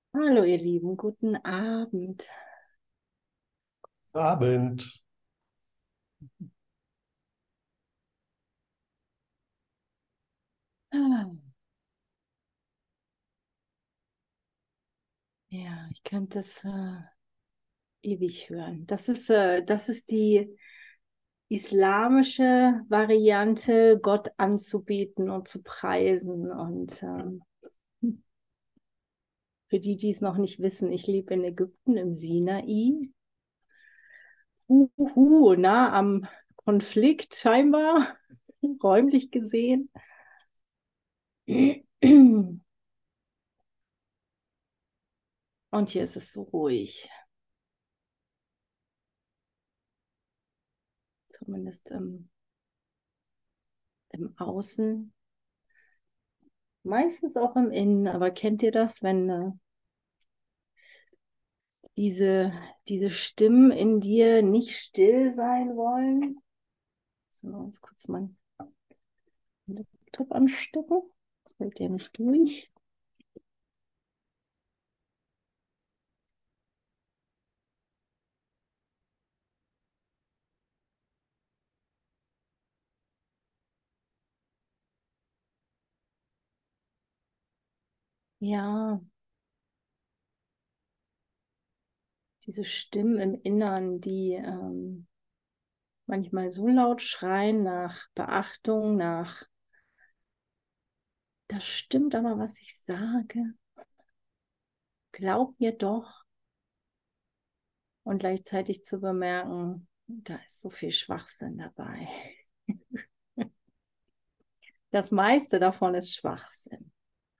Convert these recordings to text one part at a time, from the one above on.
Hallo ihr Lieben, guten Abend. Abend. Ah, ja, ich könnte es ewig hören. Das ist die islamische Variante, Gott anzubeten und zu preisen. Und für die, die es noch nicht wissen, ich lebe in Ägypten im Sinai, nah am Konflikt scheinbar, räumlich gesehen. Und hier ist es so ruhig, zumindest im Außen. Meistens auch im Innen, aber kennt ihr das, wenn diese, diese Stimmen in dir nicht still sein wollen? So, uns kurz meinen Laptop anstecken. Das fällt ja nicht durch. Ja, diese Stimmen im Innern, die manchmal so laut schreien nach Beachtung, nach, das stimmt aber, was ich sage. Glaub mir doch. Und gleichzeitig zu bemerken, da ist so viel Schwachsinn dabei. Das meiste davon ist Schwachsinn.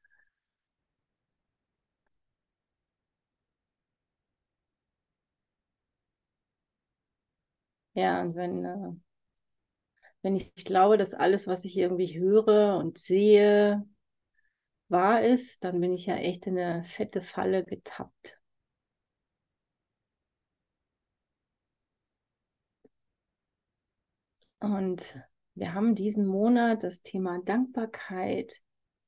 Ja, und wenn ich glaube, dass alles, was ich irgendwie höre und sehe, wahr ist, dann bin ich ja echt in eine fette Falle getappt. Und wir haben diesen Monat das Thema Dankbarkeit.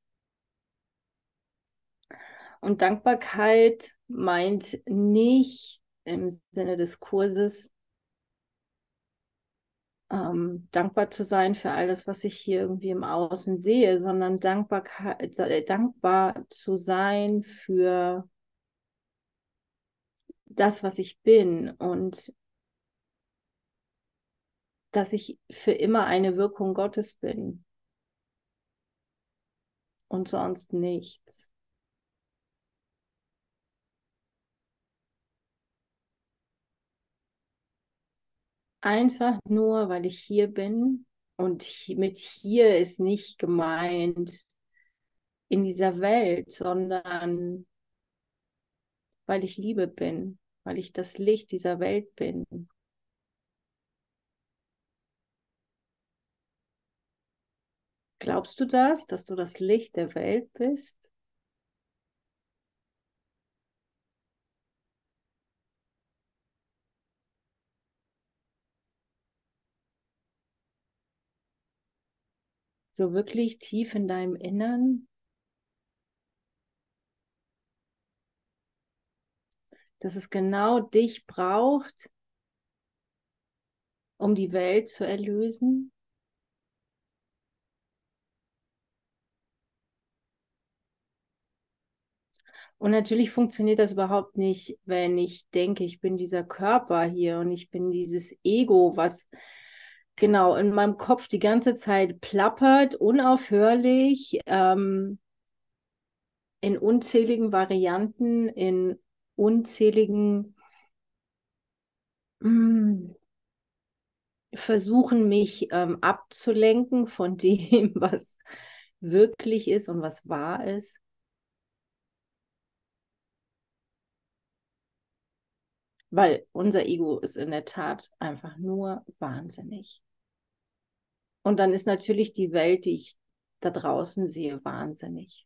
Und Dankbarkeit meint nicht im Sinne des Kurses, dankbar zu sein für alles, was ich hier irgendwie im Außen sehe, sondern dankbar zu sein für das, was ich bin und dass ich für immer eine Wirkung Gottes bin und sonst nichts. Einfach nur, weil ich hier bin und mit hier ist nicht gemeint in dieser Welt, sondern weil ich Liebe bin, weil ich das Licht dieser Welt bin. Glaubst du das, dass du das Licht der Welt bist? So wirklich tief in deinem Innern, dass es genau dich braucht, um die Welt zu erlösen? Und natürlich funktioniert das überhaupt nicht, wenn ich denke, ich bin dieser Körper hier und ich bin dieses Ego, was genau in meinem Kopf die ganze Zeit plappert, unaufhörlich, in unzähligen Varianten, in unzähligen mh, Versuchen, mich abzulenken von dem, was wirklich ist und was wahr ist. Weil unser Ego ist in der Tat einfach nur wahnsinnig. Und dann ist natürlich die Welt, die ich da draußen sehe, wahnsinnig.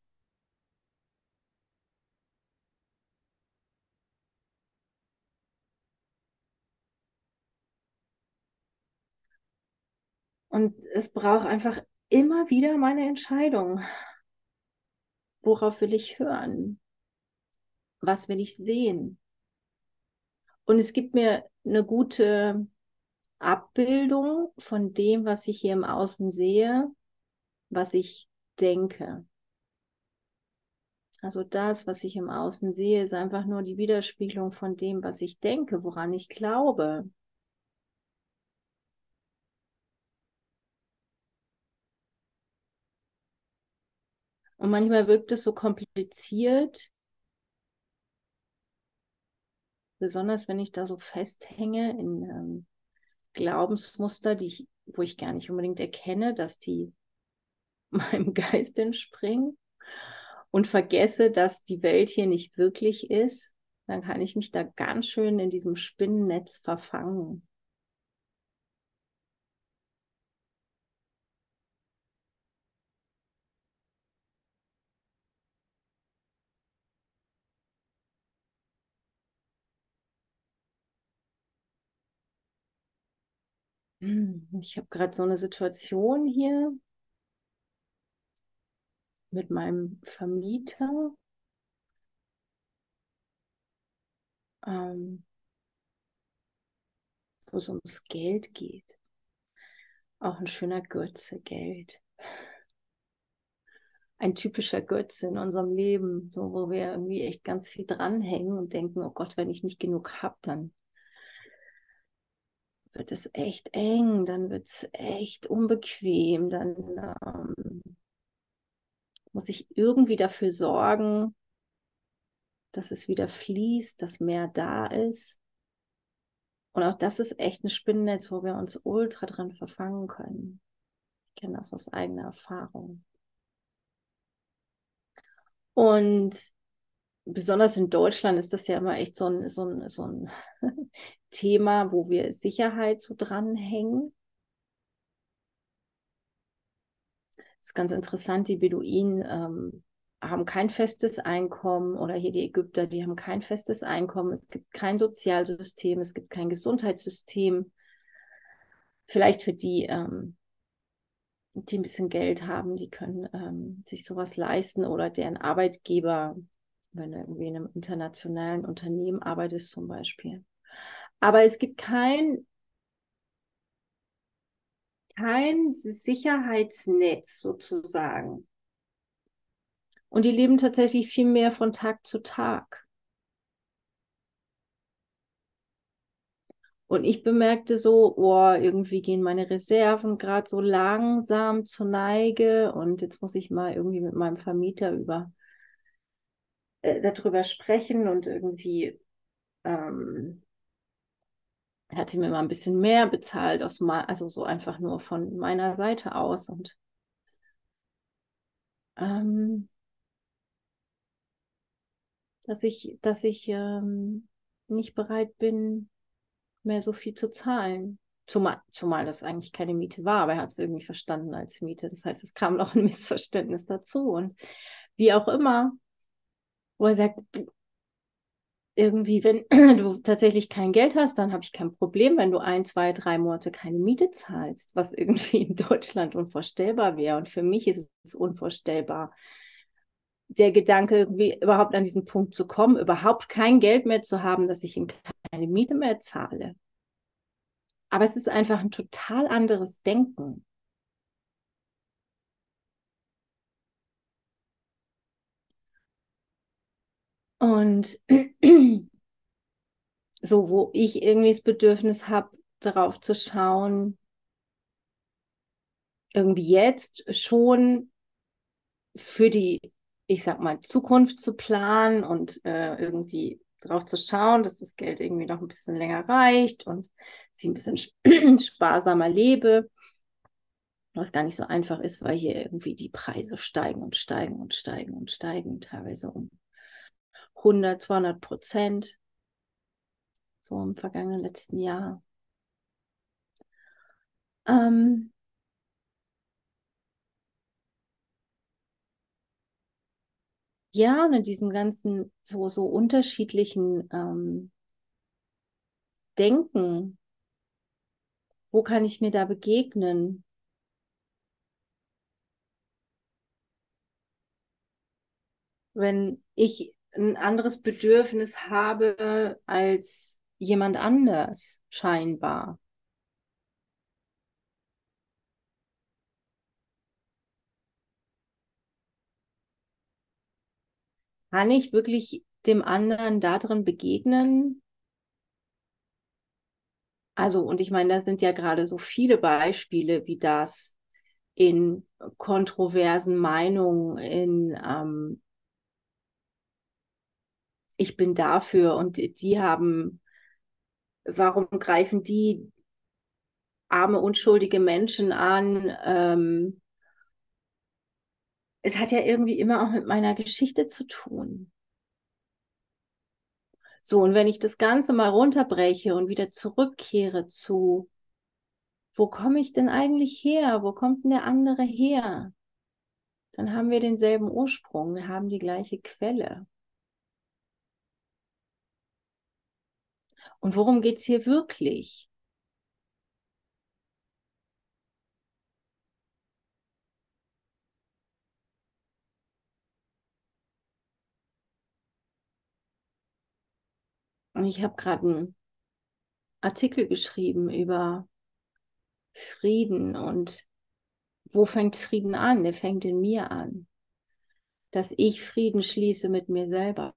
Und es braucht einfach immer wieder meine Entscheidung. Worauf will ich hören? was will ich sehen? Und es gibt mir eine gute Abbildung von dem, was ich hier im Außen sehe, was ich denke. Also das, was ich im Außen sehe, ist einfach nur die Widerspiegelung von dem, was ich denke, woran ich glaube. Und manchmal wirkt es so kompliziert, besonders wenn ich da so festhänge in Glaubensmuster, wo ich gar nicht unbedingt erkenne, dass die meinem Geist entspringen und vergesse, dass die Welt hier nicht wirklich ist, dann kann ich mich da ganz schön in diesem Spinnennetz verfangen. Ich habe gerade so eine Situation hier mit meinem Vermieter. Ähm, Wo es ums Geld geht. Auch ein schöner Götze, Geld. Ein typischer Götze in unserem Leben, so wo wir irgendwie echt ganz viel dranhängen und denken, oh Gott, wenn ich nicht genug habe, dann wird es echt eng, dann wird es echt unbequem, dann muss ich irgendwie dafür sorgen, dass es wieder fließt, dass mehr da ist. Und auch das ist echt ein Spinnennetz, wo wir uns ultra dran verfangen können. Ich kenne das aus eigener Erfahrung. Und besonders in Deutschland ist das ja immer echt so ein Thema, wo wir Sicherheit so dranhängen. Das ist ganz interessant, die Beduinen haben kein festes Einkommen oder hier die Ägypter, die haben kein festes Einkommen. Es gibt kein Sozialsystem, es gibt kein Gesundheitssystem. Vielleicht für die ein bisschen Geld haben, die können sich sowas leisten oder deren Arbeitgeber, wenn du irgendwie in einem internationalen Unternehmen arbeitest zum Beispiel. Aber es gibt kein Sicherheitsnetz sozusagen. Und die leben tatsächlich viel mehr von Tag zu Tag. Und ich bemerkte so, oh, irgendwie gehen meine Reserven gerade so langsam zur Neige und jetzt muss ich mal irgendwie mit meinem Vermieter darüber sprechen und irgendwie er hatte mir mal ein bisschen mehr bezahlt, also so einfach nur von meiner Seite aus. Und ähm, dass ich nicht bereit bin, mehr so viel zu zahlen. Zumal das eigentlich keine Miete war, aber er hat es irgendwie verstanden als Miete. Das heißt, es kam noch ein Missverständnis dazu. Und wie auch immer, wo er sagt, irgendwie, wenn du tatsächlich kein Geld hast, dann habe ich kein Problem, wenn du 1, 2, 3 Monate keine Miete zahlst, was irgendwie in Deutschland unvorstellbar wäre. Und für mich ist es unvorstellbar, der Gedanke, irgendwie überhaupt an diesen Punkt zu kommen, überhaupt kein Geld mehr zu haben, dass ich ihm keine Miete mehr zahle. Aber es ist einfach ein total anderes Denken. Und so, wo ich irgendwie das Bedürfnis habe, darauf zu schauen, irgendwie jetzt schon für die, ich sag mal, Zukunft zu planen und irgendwie darauf zu schauen, dass das Geld irgendwie noch ein bisschen länger reicht und sie ein bisschen sparsamer lebe, was gar nicht so einfach ist, weil hier irgendwie die Preise steigen und steigen und steigen und steigen, teilweise um 100, 200%, so im vergangenen letzten Jahr. Ähm, ja, und in diesen ganzen so unterschiedlichen Denken, wo kann ich mir da begegnen? Wenn ich ein anderes Bedürfnis habe als jemand anders, scheinbar. Kann ich wirklich dem anderen darin begegnen? Also, und ich meine, da sind ja gerade so viele Beispiele wie das in kontroversen Meinungen, ich bin dafür und die haben, warum greifen die arme, unschuldige Menschen an? Es hat ja irgendwie immer auch mit meiner Geschichte zu tun. So, und wenn ich das Ganze mal runterbreche und wieder zurückkehre zu, wo komme ich denn eigentlich her? Wo kommt denn der andere her? Dann haben wir denselben Ursprung, wir haben die gleiche Quelle. Und worum geht es hier wirklich? Und ich habe gerade einen Artikel geschrieben über Frieden und wo fängt Frieden an? Der fängt in mir an, dass ich Frieden schließe mit mir selber,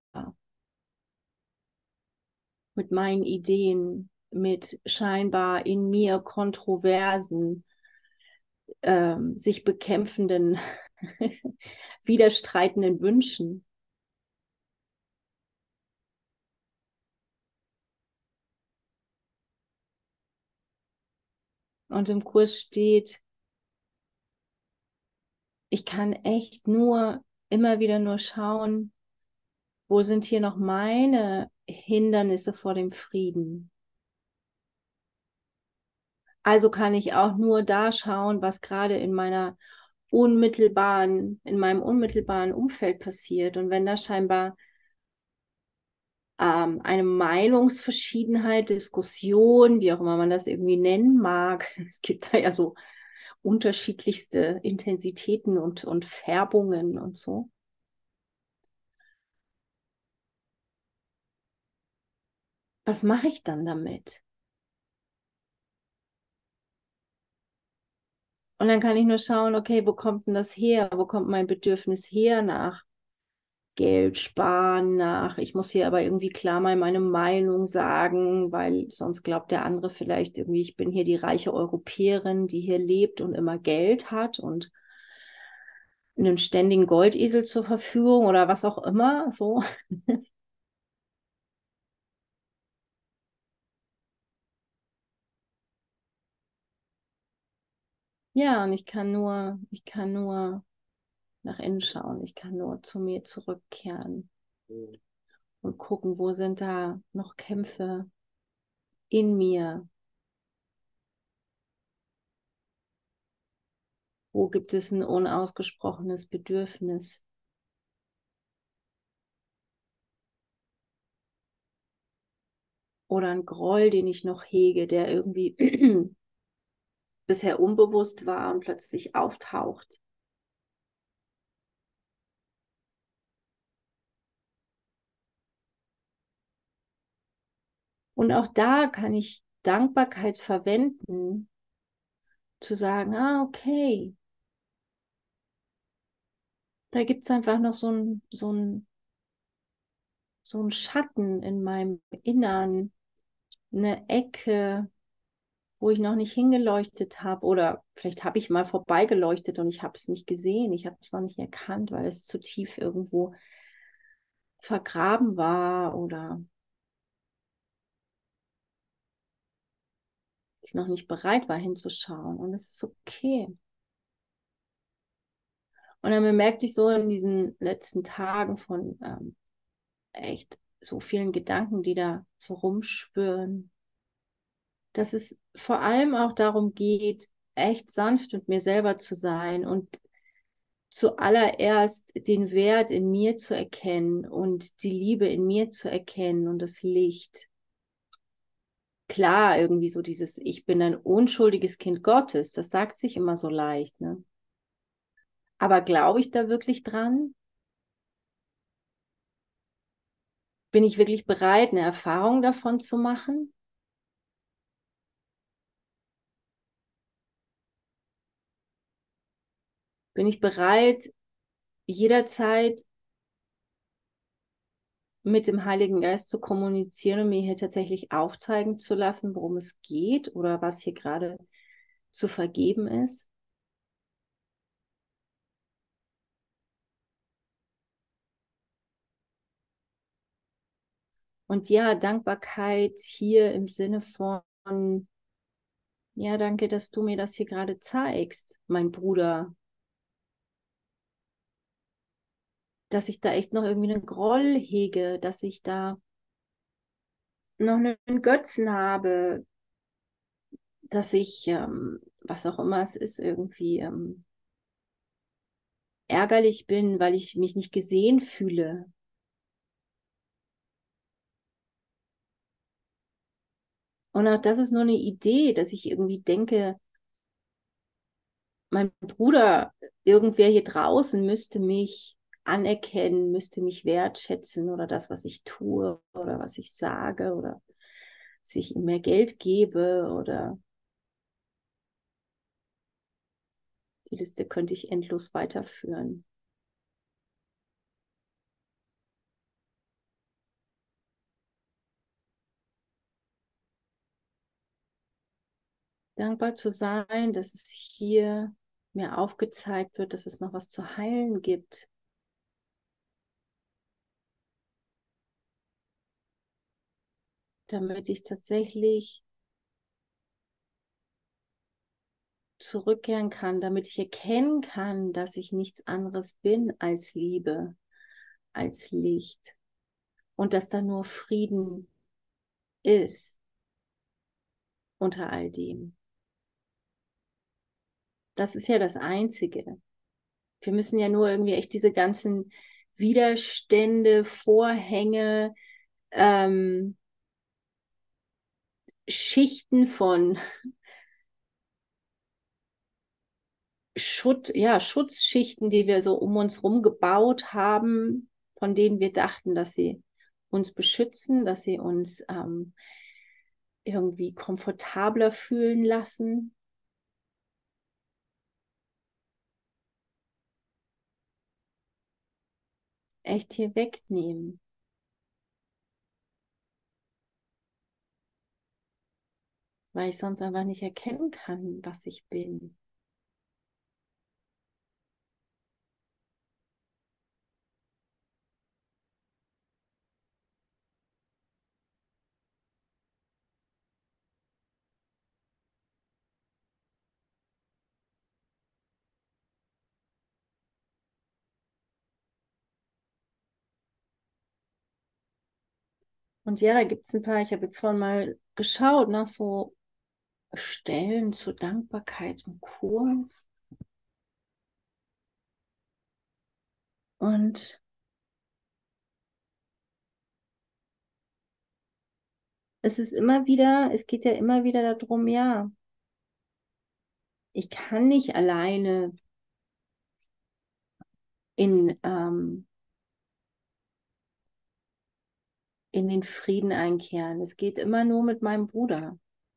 mit meinen Ideen, mit scheinbar in mir kontroversen, sich bekämpfenden, widerstreitenden Wünschen. Und im Kurs steht, ich kann echt nur immer wieder nur schauen, wo sind hier noch meine Hindernisse vor dem Frieden? Also kann ich auch nur da schauen, was gerade in meinem unmittelbaren Umfeld passiert. Und wenn da scheinbar eine Meinungsverschiedenheit, Diskussion, wie auch immer man das irgendwie nennen mag, es gibt da ja so unterschiedlichste Intensitäten und Färbungen und so. Was mache ich dann damit? Und dann kann ich nur schauen, okay, wo kommt denn das her? Wo kommt mein Bedürfnis her nach Geld sparen, nach, ich muss hier aber irgendwie klar mal meine Meinung sagen, weil sonst glaubt der andere vielleicht irgendwie, ich bin hier die reiche Europäerin, die hier lebt und immer Geld hat und einen ständigen Goldesel zur Verfügung oder was auch immer, so. Ja, und ich kann nur nach innen schauen, ich kann nur zu mir zurückkehren und gucken, wo sind da noch Kämpfe in mir, wo gibt es ein unausgesprochenes Bedürfnis oder ein Groll, den ich noch hege, der irgendwie bisher unbewusst war und plötzlich auftaucht. Und auch da kann ich Dankbarkeit verwenden, zu sagen, ah, okay, da gibt es einfach noch so ein Schatten in meinem Innern, eine Ecke, wo ich noch nicht hingeleuchtet habe oder vielleicht habe ich mal vorbeigeleuchtet und ich habe es nicht gesehen, ich habe es noch nicht erkannt, weil es zu tief irgendwo vergraben war oder ich noch nicht bereit war hinzuschauen und es ist okay. Und dann bemerkte ich so in diesen letzten Tagen von echt so vielen Gedanken, die da so rumschwirren, dass es vor allem auch darum geht, echt sanft mit mir selber zu sein und zuallererst den Wert in mir zu erkennen und die Liebe in mir zu erkennen und das Licht. Klar, irgendwie so dieses, ich bin ein unschuldiges Kind Gottes, das sagt sich immer so leicht, ne? Aber glaube ich da wirklich dran? Bin ich wirklich bereit, eine Erfahrung davon zu machen? Bin ich bereit, jederzeit mit dem Heiligen Geist zu kommunizieren und mir hier tatsächlich aufzeigen zu lassen, worum es geht oder was hier gerade zu vergeben ist? Und ja, Dankbarkeit hier im Sinne von, ja, danke, dass du mir das hier gerade zeigst, mein Bruder, dass ich da echt noch irgendwie einen Groll hege, dass ich da noch einen Götzen habe, dass ich, was auch immer es ist, irgendwie ärgerlich bin, weil ich mich nicht gesehen fühle. Und auch das ist nur eine Idee, dass ich irgendwie denke, mein Bruder, irgendwer hier draußen müsste mich anerkennen, müsste mich wertschätzen oder das, was ich tue oder was ich sage oder dass ich ihm mehr Geld gebe oder die Liste könnte ich endlos weiterführen. Dankbar zu sein, dass es hier mir aufgezeigt wird, dass es noch was zu heilen gibt, damit ich tatsächlich zurückkehren kann, damit ich erkennen kann, dass ich nichts anderes bin als Liebe, als Licht und dass da nur Frieden ist unter all dem. Das ist ja das Einzige. Wir müssen ja nur irgendwie echt diese ganzen Widerstände, Vorhänge, ähm, Schichten von Schutzschichten, die wir so um uns herum gebaut haben, von denen wir dachten, dass sie uns beschützen, dass sie uns irgendwie komfortabler fühlen lassen, echt hier wegnehmen, weil ich sonst einfach nicht erkennen kann, was ich bin. Und ja, da gibt es ein paar, ich habe jetzt vorhin mal geschaut nach so Stellen zur Dankbarkeit im Kurs. Und es geht ja immer wieder darum, ja, ich kann nicht alleine in, in den Frieden einkehren. Es geht immer nur mit meinem Bruder.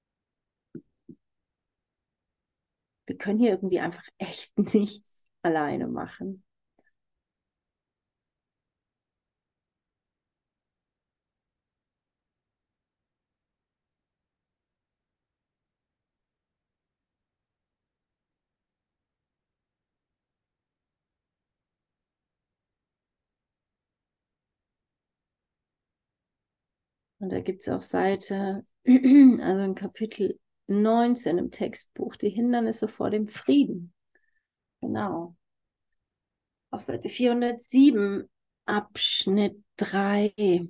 Wir können hier irgendwie einfach echt nichts alleine machen. Und da gibt es auf Seite, also in Kapitel 19 im Textbuch, die Hindernisse vor dem Frieden. Genau. Auf Seite 407, Abschnitt 3.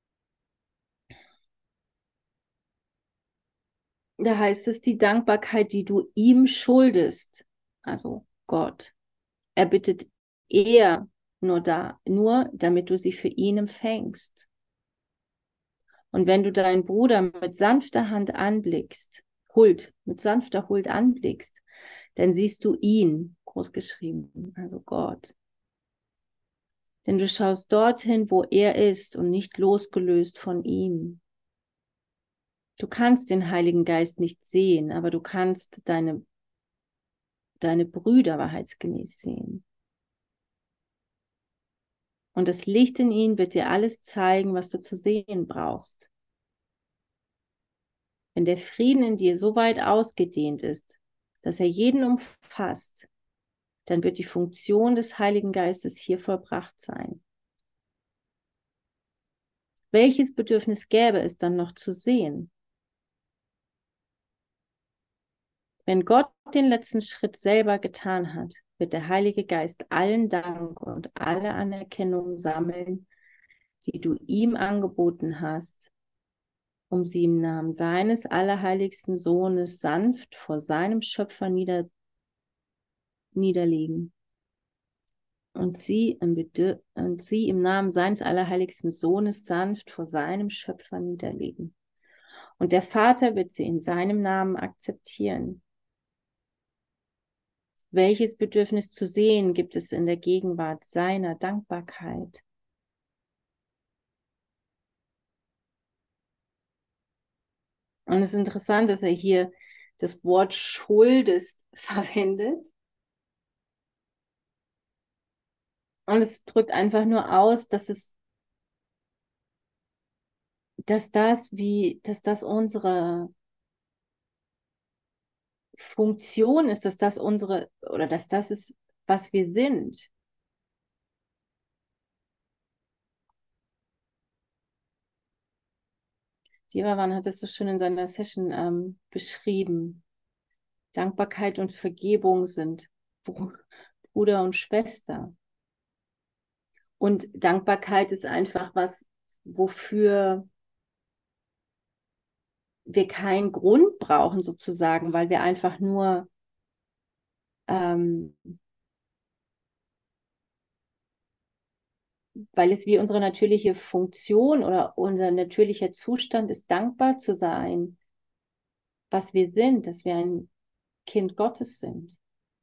Da heißt es, die Dankbarkeit, die du ihm schuldest, also Gott, erbittet er nur damit du sie für ihn empfängst. Und wenn du deinen Bruder mit sanfter Hand anblickst, mit sanfter Huld anblickst, dann siehst du ihn, groß geschrieben, also Gott. Denn du schaust dorthin, wo er ist und nicht losgelöst von ihm. Du kannst den Heiligen Geist nicht sehen, aber du kannst deine Brüder wahrheitsgemäß sehen. Und das Licht in ihnen wird dir alles zeigen, was du zu sehen brauchst. Wenn der Frieden in dir so weit ausgedehnt ist, dass er jeden umfasst, dann wird die Funktion des Heiligen Geistes hier vollbracht sein. Welches Bedürfnis gäbe es dann noch zu sehen? Wenn Gott den letzten Schritt selber getan hat, wird der Heilige Geist allen Dank und alle Anerkennung sammeln, die du ihm angeboten hast, um sie im Namen seines allerheiligsten Sohnes sanft vor seinem Schöpfer niederlegen. Und sie im Namen seines allerheiligsten Sohnes sanft vor seinem Schöpfer niederlegen. Und der Vater wird sie in seinem Namen akzeptieren. Welches Bedürfnis zu sehen gibt es in der Gegenwart seiner Dankbarkeit? Und es ist interessant, dass er hier das Wort schuldest verwendet. Und es drückt einfach nur aus, dass das unsere Funktion ist, dass das ist, was wir sind. Jevavan hat es so schön in seiner Session beschrieben. Dankbarkeit und Vergebung sind Bruder und Schwester. Und Dankbarkeit ist einfach was, wofür wir keinen Grund brauchen sozusagen, weil wir einfach nur ähm, weil es wie unsere natürliche Funktion oder unser natürlicher Zustand ist, dankbar zu sein, was wir sind, dass wir ein Kind Gottes sind.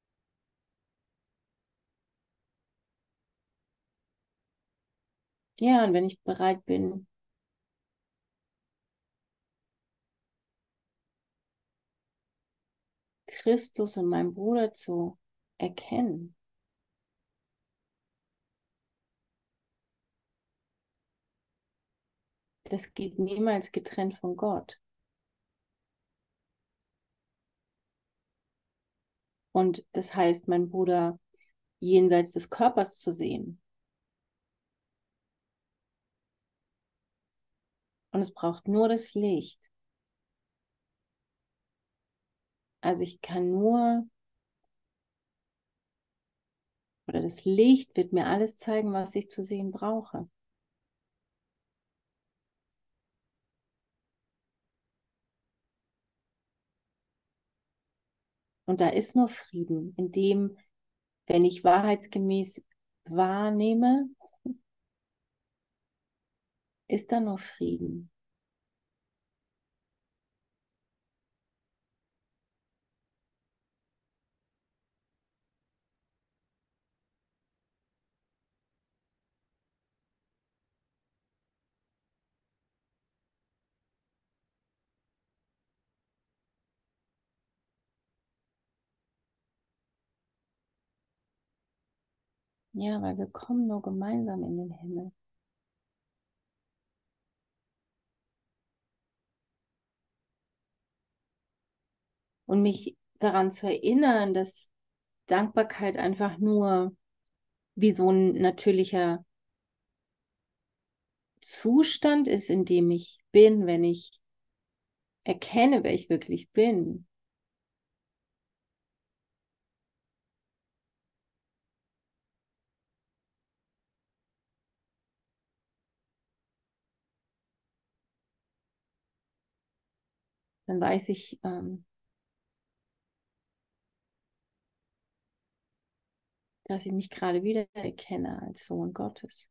Ja, und wenn ich bereit bin, Christus und meinen Bruder zu erkennen, das geht niemals getrennt von Gott. Und das heißt, meinen Bruder jenseits des Körpers zu sehen. Und es braucht nur das Licht. Also ich kann nur, oder das Licht wird mir alles zeigen, was ich zu sehen brauche. Und da ist nur Frieden, in dem, wenn ich wahrheitsgemäß wahrnehme, ist da nur Frieden. Ja, weil wir kommen nur gemeinsam in den Himmel. Und mich daran zu erinnern, dass Dankbarkeit einfach nur wie so ein natürlicher Zustand ist, in dem ich bin, wenn ich erkenne, wer ich wirklich bin. Dann weiß ich, dass ich mich gerade wieder erkenne als Sohn Gottes.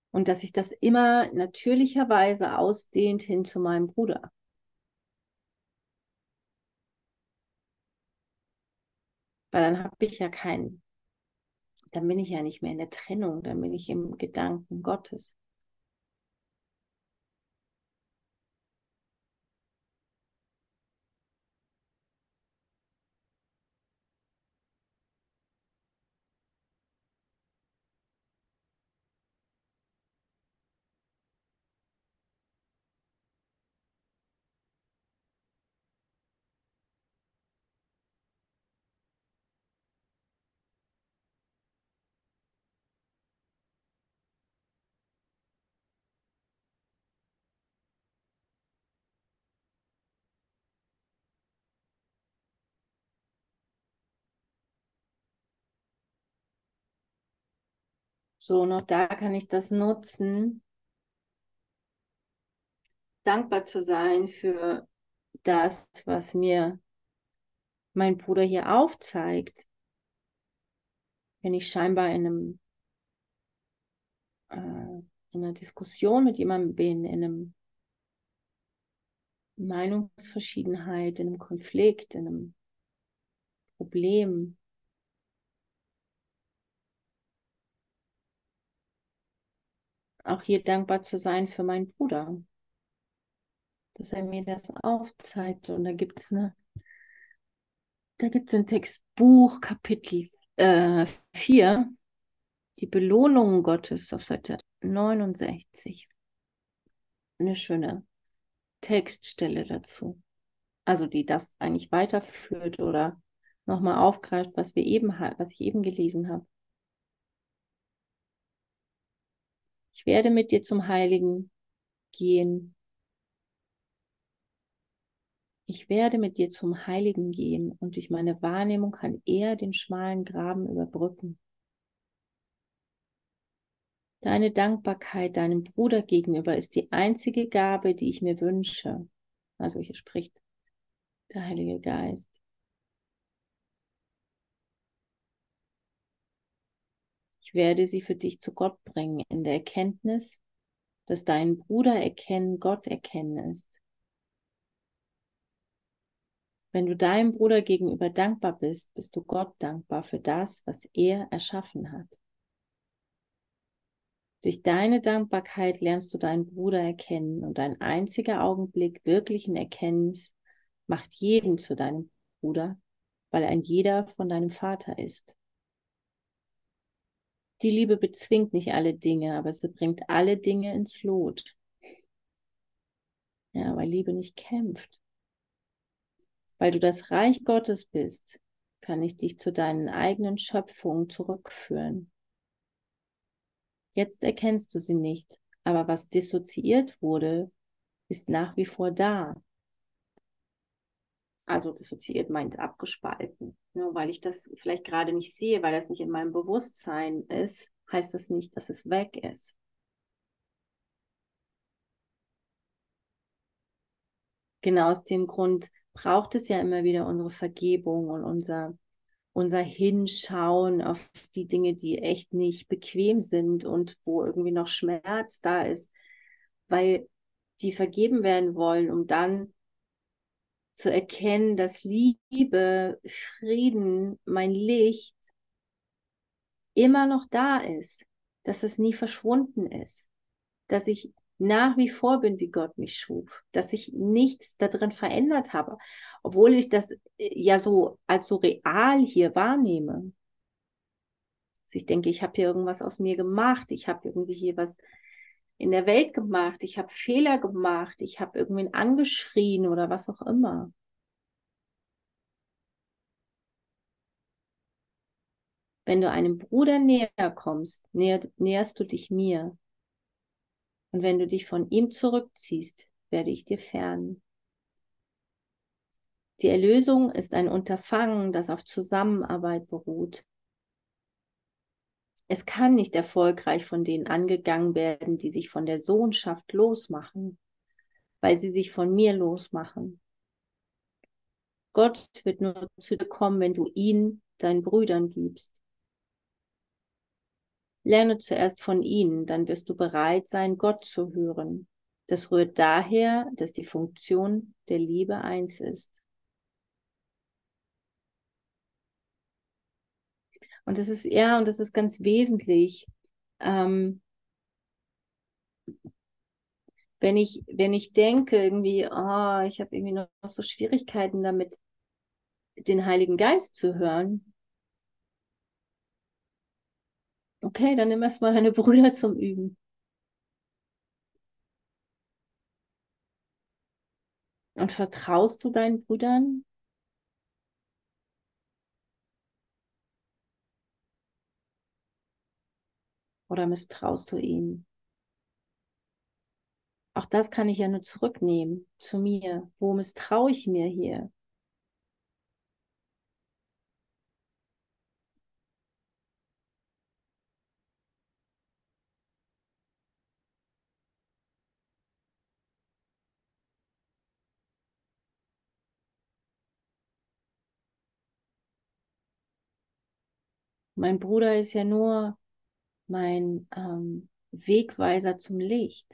Und dass sich das immer natürlicherweise ausdehnt hin zu meinem Bruder. Weil dann habe ich ja keinen, dann bin ich ja nicht mehr in der Trennung, dann bin ich im Gedanken Gottes. So, noch da kann ich das nutzen, dankbar zu sein für das, was mir mein Bruder hier aufzeigt. Wenn ich scheinbar in einer Diskussion mit jemandem bin, in einem Meinungsverschiedenheit, in einem Konflikt, in einem Problem. Auch hier dankbar zu sein für meinen Bruder, dass er mir das aufzeigt. Und da gibt's ein Textbuch, Kapitel 4, die Belohnung Gottes auf Seite 69. Eine schöne Textstelle dazu. Also die das eigentlich weiterführt oder nochmal aufgreift, was ich eben gelesen habe. Ich werde mit dir zum Heiligen gehen. Ich werde mit dir zum Heiligen gehen und durch meine Wahrnehmung kann er den schmalen Graben überbrücken. Deine Dankbarkeit deinem Bruder gegenüber ist die einzige Gabe, die ich mir wünsche. Also hier spricht der Heilige Geist. Ich werde sie für dich zu Gott bringen in der Erkenntnis, dass dein Bruder erkennen Gott erkennen ist. Wenn du deinem Bruder gegenüber dankbar bist, bist du Gott dankbar für das, was er erschaffen hat. Durch deine Dankbarkeit lernst du deinen Bruder erkennen und ein einziger Augenblick wirklichen Erkennens macht jeden zu deinem Bruder, weil ein jeder von deinem Vater ist. Die Liebe bezwingt nicht alle Dinge, aber sie bringt alle Dinge ins Lot. Ja, weil Liebe nicht kämpft. Weil du das Reich Gottes bist, kann ich dich zu deinen eigenen Schöpfungen zurückführen. Jetzt erkennst du sie nicht, aber was dissoziiert wurde, ist nach wie vor da. Also dissoziiert meint abgespalten. Nur weil ich das vielleicht gerade nicht sehe, weil das nicht in meinem Bewusstsein ist, heißt das nicht, dass es weg ist. Genau aus dem Grund braucht es ja immer wieder unsere Vergebung und unser Hinschauen auf die Dinge, die echt nicht bequem sind und wo irgendwie noch Schmerz da ist, weil die vergeben werden wollen, um dann zu erkennen, dass Liebe, Frieden, mein Licht immer noch da ist, dass es nie verschwunden ist, dass ich nach wie vor bin, wie Gott mich schuf, dass ich nichts darin verändert habe, obwohl ich das ja so als so real hier wahrnehme. Dass ich denke, ich habe hier irgendwas aus mir gemacht, ich habe irgendwie hier was in der Welt gemacht, ich habe Fehler gemacht, ich habe irgendwen angeschrien oder was auch immer. Wenn du einem Bruder näher kommst, näherst du dich mir. Und wenn du dich von ihm zurückziehst, werde ich dir fern. Die Erlösung ist ein Unterfangen, das auf Zusammenarbeit beruht. Es kann nicht erfolgreich von denen angegangen werden, die sich von der Sohnschaft losmachen, weil sie sich von mir losmachen. Gott wird nur zu dir kommen, wenn du ihn deinen Brüdern gibst. Lerne zuerst von ihnen, dann wirst du bereit sein, Gott zu hören. Das rührt daher, dass die Funktion der Liebe eins ist. Und das ist, ja, und das ist ganz wesentlich. Ähm, wenn ich denke, irgendwie, oh, ich habe irgendwie noch so Schwierigkeiten damit, den Heiligen Geist zu hören, okay, dann nimm erstmal deine Brüder zum Üben. Und vertraust du deinen Brüdern oder misstraust du ihnen? Auch das kann ich ja nur zurücknehmen zu mir. Wo misstraue ich mir hier? Mein Bruder ist ja nur mein Wegweiser zum Licht.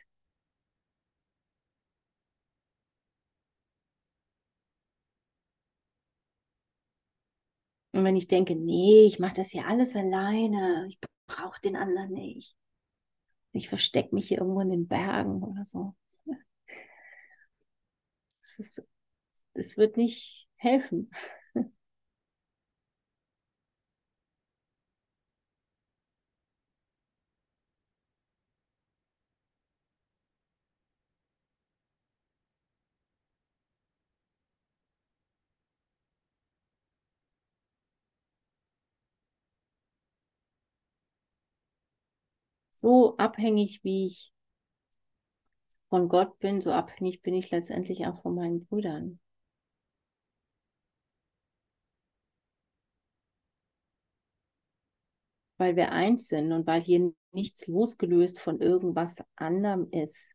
Und wenn ich denke, nee, ich mache das ja alles alleine, ich brauche den anderen nicht. Ich verstecke mich hier irgendwo in den Bergen oder so. Das ist, das wird nicht helfen. So abhängig, wie ich von Gott bin, so abhängig bin ich letztendlich auch von meinen Brüdern, weil wir eins sind und weil hier nichts losgelöst von irgendwas anderem ist.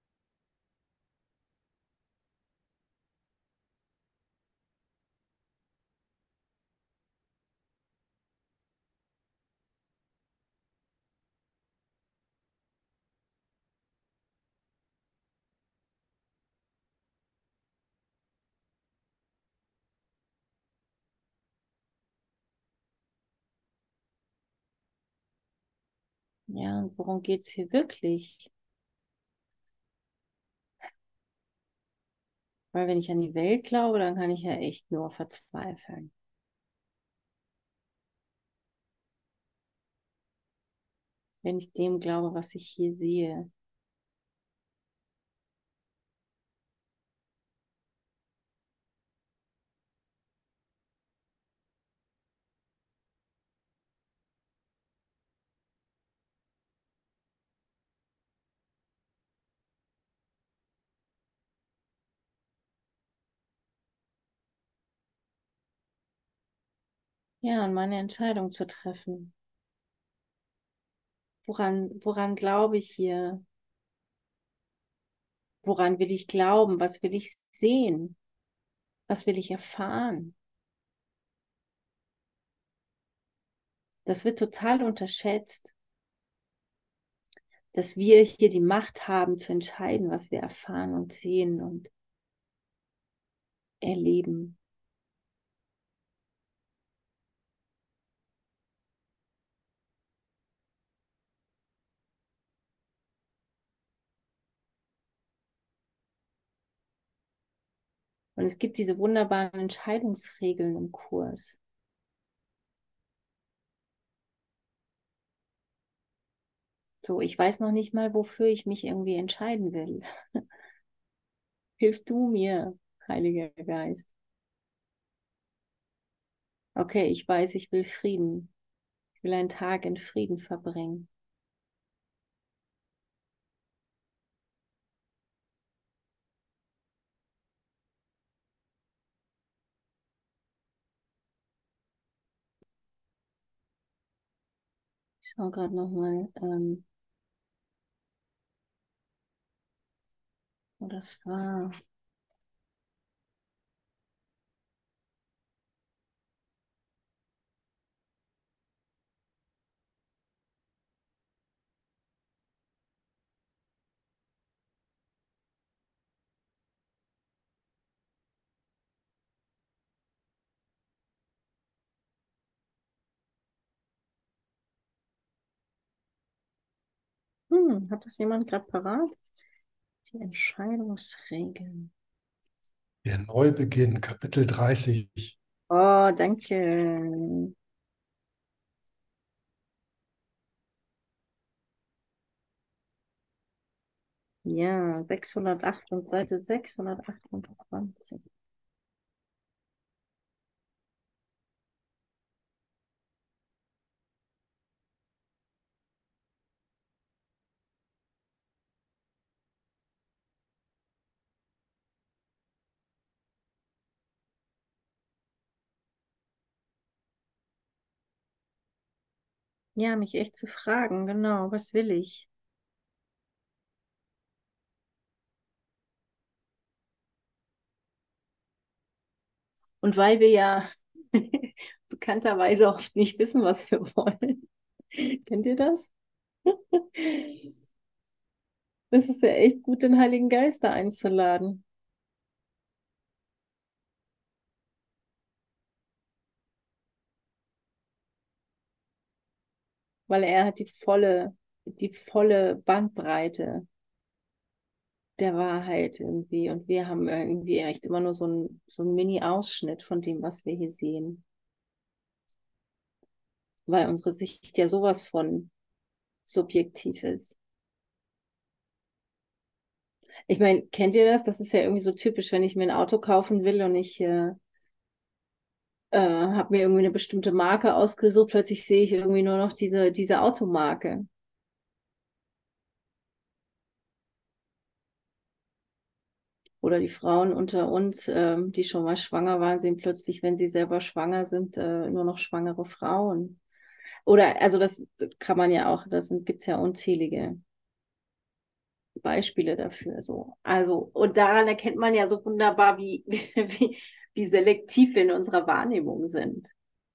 Ja, und worum geht es hier wirklich? Weil wenn ich an die Welt glaube, dann kann ich ja echt nur verzweifeln. Wenn ich dem glaube, was ich hier sehe. Ja, und meine Entscheidung zu treffen. Woran glaube ich hier? Woran will ich glauben? Was will ich sehen? Was will ich erfahren? Das wird total unterschätzt, dass wir hier die Macht haben zu entscheiden, was wir erfahren und sehen und erleben. Und es gibt diese wunderbaren Entscheidungsregeln im Kurs. So, ich weiß noch nicht mal, wofür ich mich irgendwie entscheiden will. Hilf du mir, Heiliger Geist. Okay, ich weiß, ich will Frieden. Ich will einen Tag in Frieden verbringen. Ich schaue gerade nochmal, wo das war. Hat das jemand gerade parat? Die Entscheidungsregeln. Der Neubeginn, Kapitel 30. Oh, danke. Ja, 608 und Seite 628. Ja, mich echt zu fragen, genau, was will ich? Und weil wir ja bekannterweise oft nicht wissen, was wir wollen. Kennt ihr das? Das ist ja echt gut, den Heiligen Geist da einzuladen, weil er hat die volle Bandbreite der Wahrheit irgendwie und wir haben irgendwie echt immer nur so einen Mini-Ausschnitt von dem, was wir hier sehen, weil unsere Sicht ja sowas von subjektiv ist. Ich meine, kennt ihr das? Das ist ja irgendwie so typisch, wenn ich mir ein Auto kaufen will und ich habe mir irgendwie eine bestimmte Marke ausgesucht, plötzlich sehe ich irgendwie nur noch diese Automarke. Oder die Frauen unter uns, die schon mal schwanger waren, sehen plötzlich, wenn sie selber schwanger sind, nur noch schwangere Frauen. Oder, also das kann man ja auch, gibt es ja unzählige Beispiele dafür. So. Also, und daran erkennt man ja so wunderbar, wie selektiv wir in unserer Wahrnehmung sind.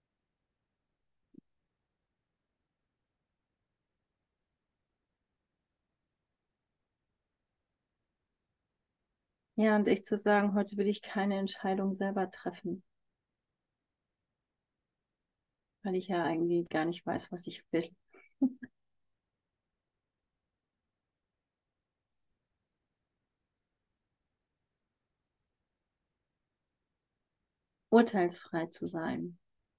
Ja, und echt zu sagen, heute will ich keine Entscheidung selber treffen, weil ich ja irgendwie gar nicht weiß, was ich will. Urteilsfrei zu sein.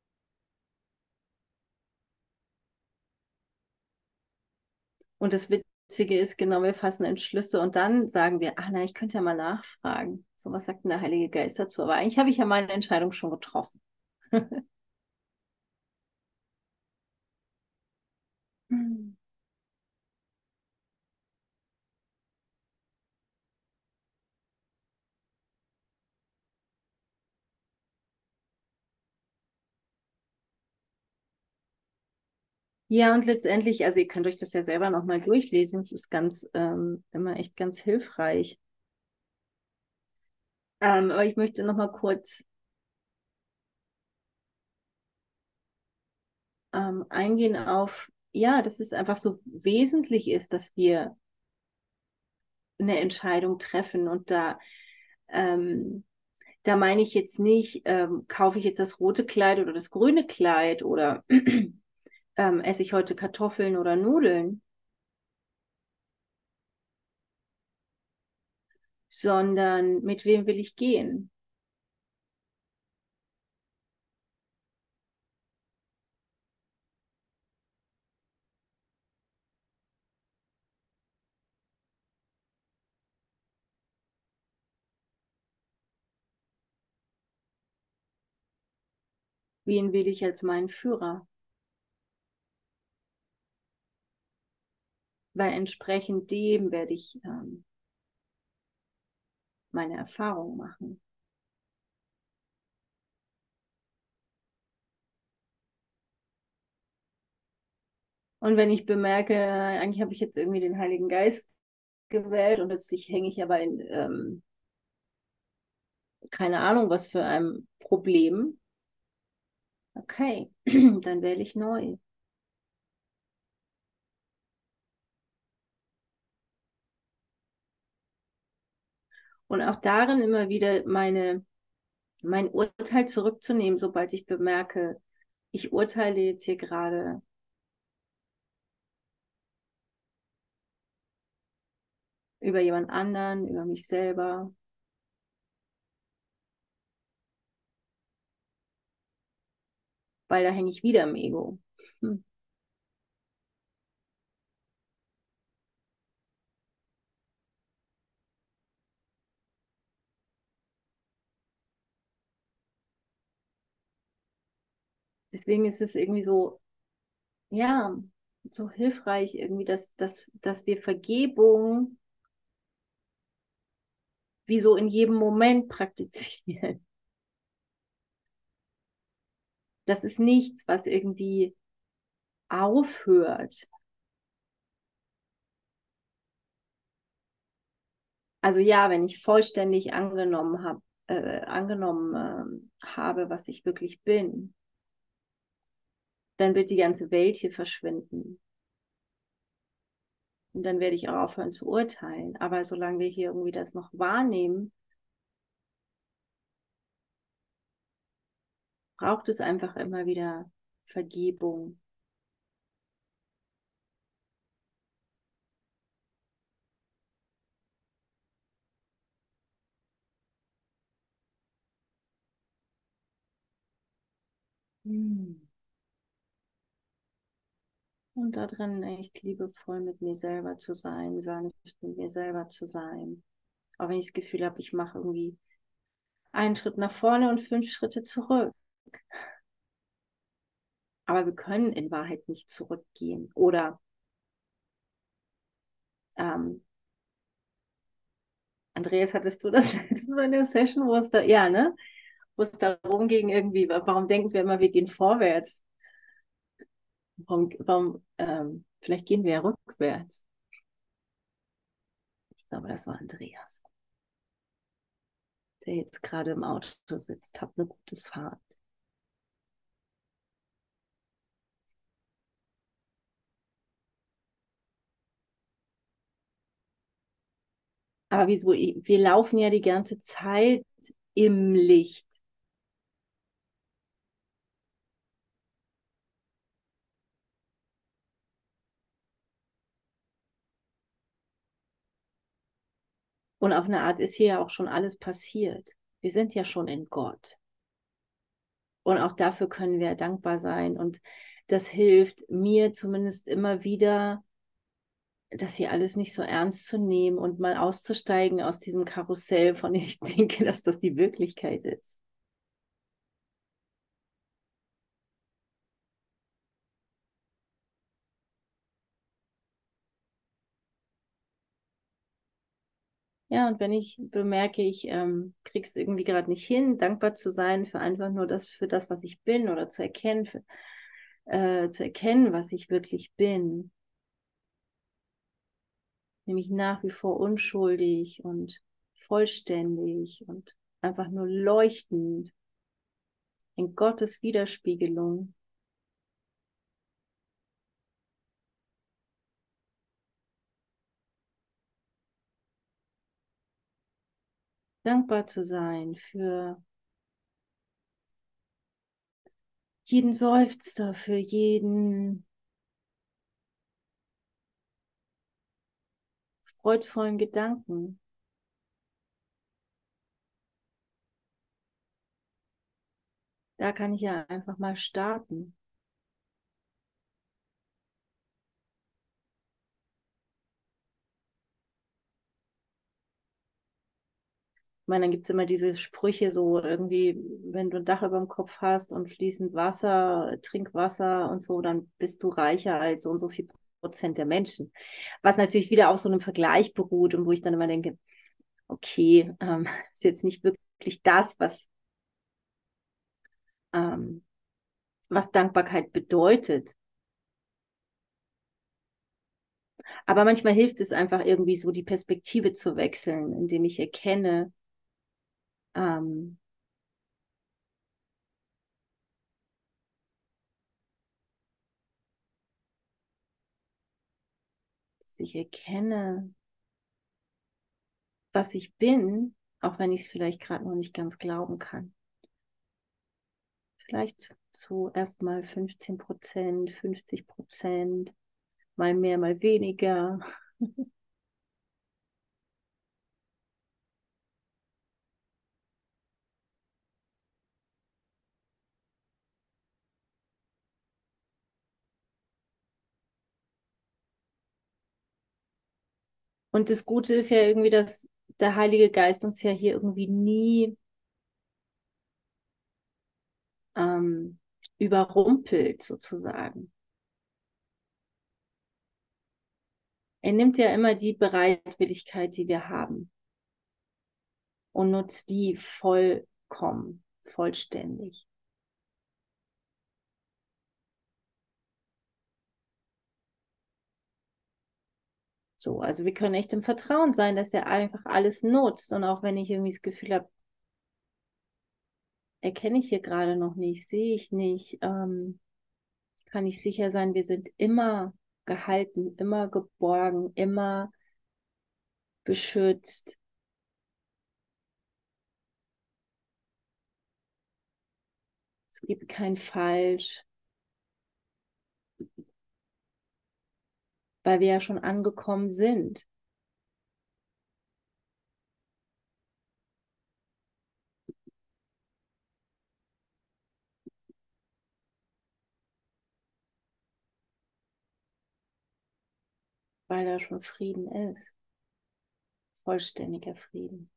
Und das Witzige ist, genau, wir fassen Entschlüsse und dann sagen wir, ach na, ich könnte ja mal nachfragen. So, was sagt denn der Heilige Geist dazu? Aber eigentlich habe ich ja meine Entscheidung schon getroffen. Ja, und letztendlich, also ihr könnt euch das ja selber nochmal durchlesen. Es ist immer echt ganz hilfreich. Aber ich möchte nochmal kurz eingehen auf, ja, dass es einfach so wesentlich ist, dass wir eine Entscheidung treffen. Und da meine ich jetzt nicht, kaufe ich jetzt das rote Kleid oder das grüne Kleid oder esse ich heute Kartoffeln oder Nudeln, sondern mit wem will ich gehen? Wen will ich als meinen Führer? Weil entsprechend dem werde ich meine Erfahrung machen. Und wenn ich bemerke, eigentlich habe ich jetzt irgendwie den Heiligen Geist gewählt und plötzlich hänge ich aber in keine Ahnung, was für einem Problem, okay, dann wähle ich neu. Und auch darin immer wieder mein Urteil zurückzunehmen, sobald ich bemerke, ich urteile jetzt hier gerade über jemand anderen, über mich selber. Weil da hänge ich wieder im Ego. Hm. Deswegen ist es irgendwie so, ja, so hilfreich irgendwie, dass wir Vergebung wie so in jedem Moment praktizieren. Das ist nichts, was irgendwie aufhört. Also ja, wenn ich vollständig angenommen habe, was ich wirklich bin, dann wird die ganze Welt hier verschwinden. Und dann werde ich auch aufhören zu urteilen. Aber solange wir hier irgendwie das noch wahrnehmen, braucht es einfach immer wieder Vergebung. Hm. Und da drin echt liebevoll mit mir selber zu sein, sanft mit mir selber zu sein. Auch wenn ich das Gefühl habe, ich mache irgendwie einen Schritt nach vorne und 5 Schritte zurück. Aber wir können in Wahrheit nicht zurückgehen. Oder ähm, Andreas, hattest du das letzte Mal in der Session, wo es da, ja, ne? Wo es darum ging, irgendwie, warum denken wir immer, wir gehen vorwärts? Vielleicht gehen wir ja rückwärts. Ich glaube, das war Andreas, der jetzt gerade im Auto sitzt. Habt eine gute Fahrt. Aber wieso? Wir laufen ja die ganze Zeit im Licht. Und auf eine Art ist hier ja auch schon alles passiert. Wir sind ja schon in Gott. Und auch dafür können wir dankbar sein. Und das hilft mir zumindest immer wieder, das hier alles nicht so ernst zu nehmen und mal auszusteigen aus diesem Karussell, von dem ich denke, dass das die Wirklichkeit ist. Ja, und wenn ich bemerke, ich kriege es irgendwie gerade nicht hin, dankbar zu sein für einfach nur für das, was ich bin oder zu erkennen, was ich wirklich bin, nämlich nach wie vor unschuldig und vollständig und einfach nur leuchtend in Gottes Widerspiegelung. Dankbar zu sein für jeden Seufzer, für jeden freudvollen Gedanken. Da kann ich ja einfach mal starten. Ich meine, dann gibt es immer diese Sprüche, so irgendwie, wenn du ein Dach über dem Kopf hast und fließend Wasser, Trinkwasser und so, dann bist du reicher als so und so viel Prozent der Menschen. Was natürlich wieder auf so einem Vergleich beruht und wo ich dann immer denke, okay, ist jetzt nicht wirklich das, ähm, was Dankbarkeit bedeutet. Aber manchmal hilft es einfach irgendwie so, die Perspektive zu wechseln, indem ich erkenne, ähm, dass ich erkenne, was ich bin, auch wenn ich es vielleicht gerade noch nicht ganz glauben kann. Vielleicht so erstmal 15%, 50%, mal mehr, mal weniger. Und das Gute ist ja irgendwie, dass der Heilige Geist uns ja hier irgendwie nie ähm, überrumpelt, sozusagen. Er nimmt ja immer die Bereitwilligkeit, die wir haben und nutzt die vollkommen, vollständig. So, also wir können echt im Vertrauen sein, dass er einfach alles nutzt. Und auch wenn ich irgendwie das Gefühl habe, erkenne ich hier gerade noch nicht, sehe ich nicht, kann ich sicher sein, wir sind immer gehalten, immer geborgen, immer beschützt. Es gibt kein Falsch, weil wir ja schon angekommen sind, weil da schon Frieden ist, vollständiger Frieden.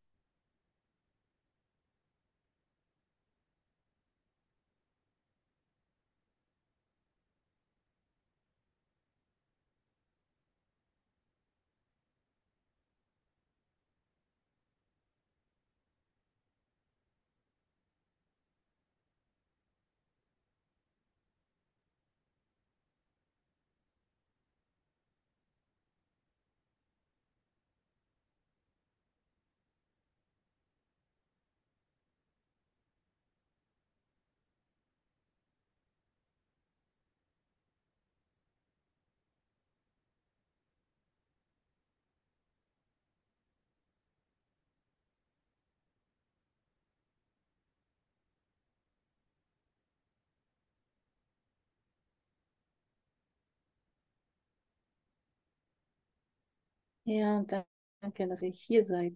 Ja, danke, dass ihr hier seid.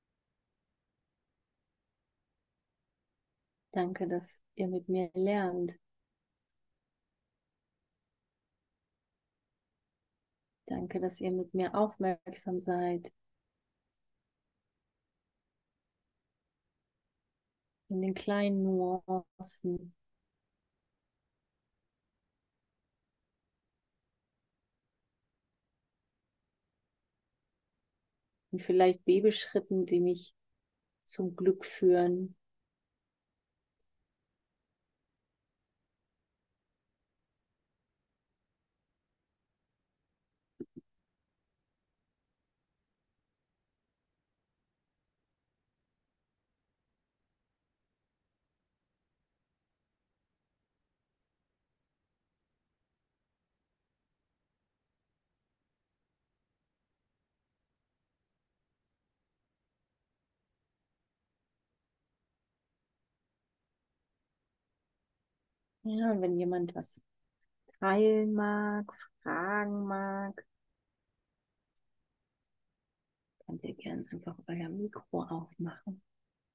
Danke, dass ihr mit mir lernt. Danke, dass ihr mit mir aufmerksam seid in den kleinen Nuancen, und vielleicht Babyschritten, die mich zum Glück führen. Ja, und wenn jemand was teilen mag, fragen mag, könnt ihr gerne einfach euer Mikro aufmachen.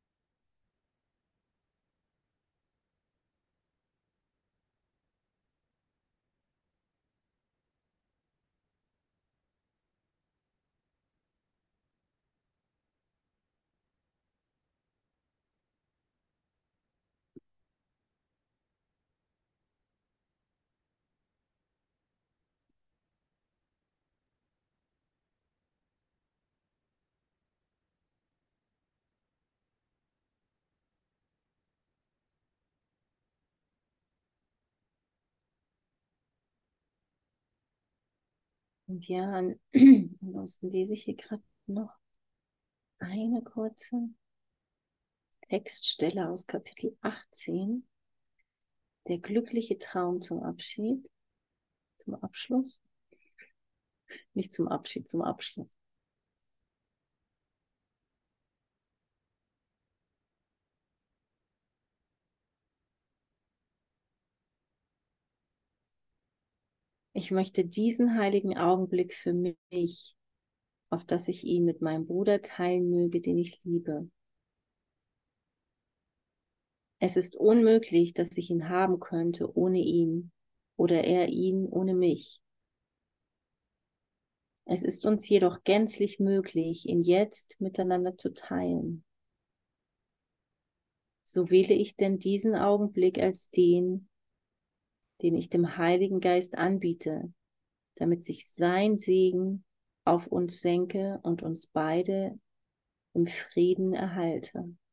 Und ja, ansonsten lese ich hier gerade noch eine kurze Textstelle aus Kapitel 18. Der glückliche Traum zum Abschied, zum Abschluss. Nicht zum Abschied, zum Abschluss. Ich möchte diesen heiligen Augenblick für mich, auf dass ich ihn mit meinem Bruder teilen möge, den ich liebe. Es ist unmöglich, dass ich ihn haben könnte ohne ihn oder er ihn ohne mich. Es ist uns jedoch gänzlich möglich, ihn jetzt miteinander zu teilen. So wähle ich denn diesen Augenblick als den ich dem Heiligen Geist anbiete, damit sich sein Segen auf uns senke und uns beide im Frieden erhalte.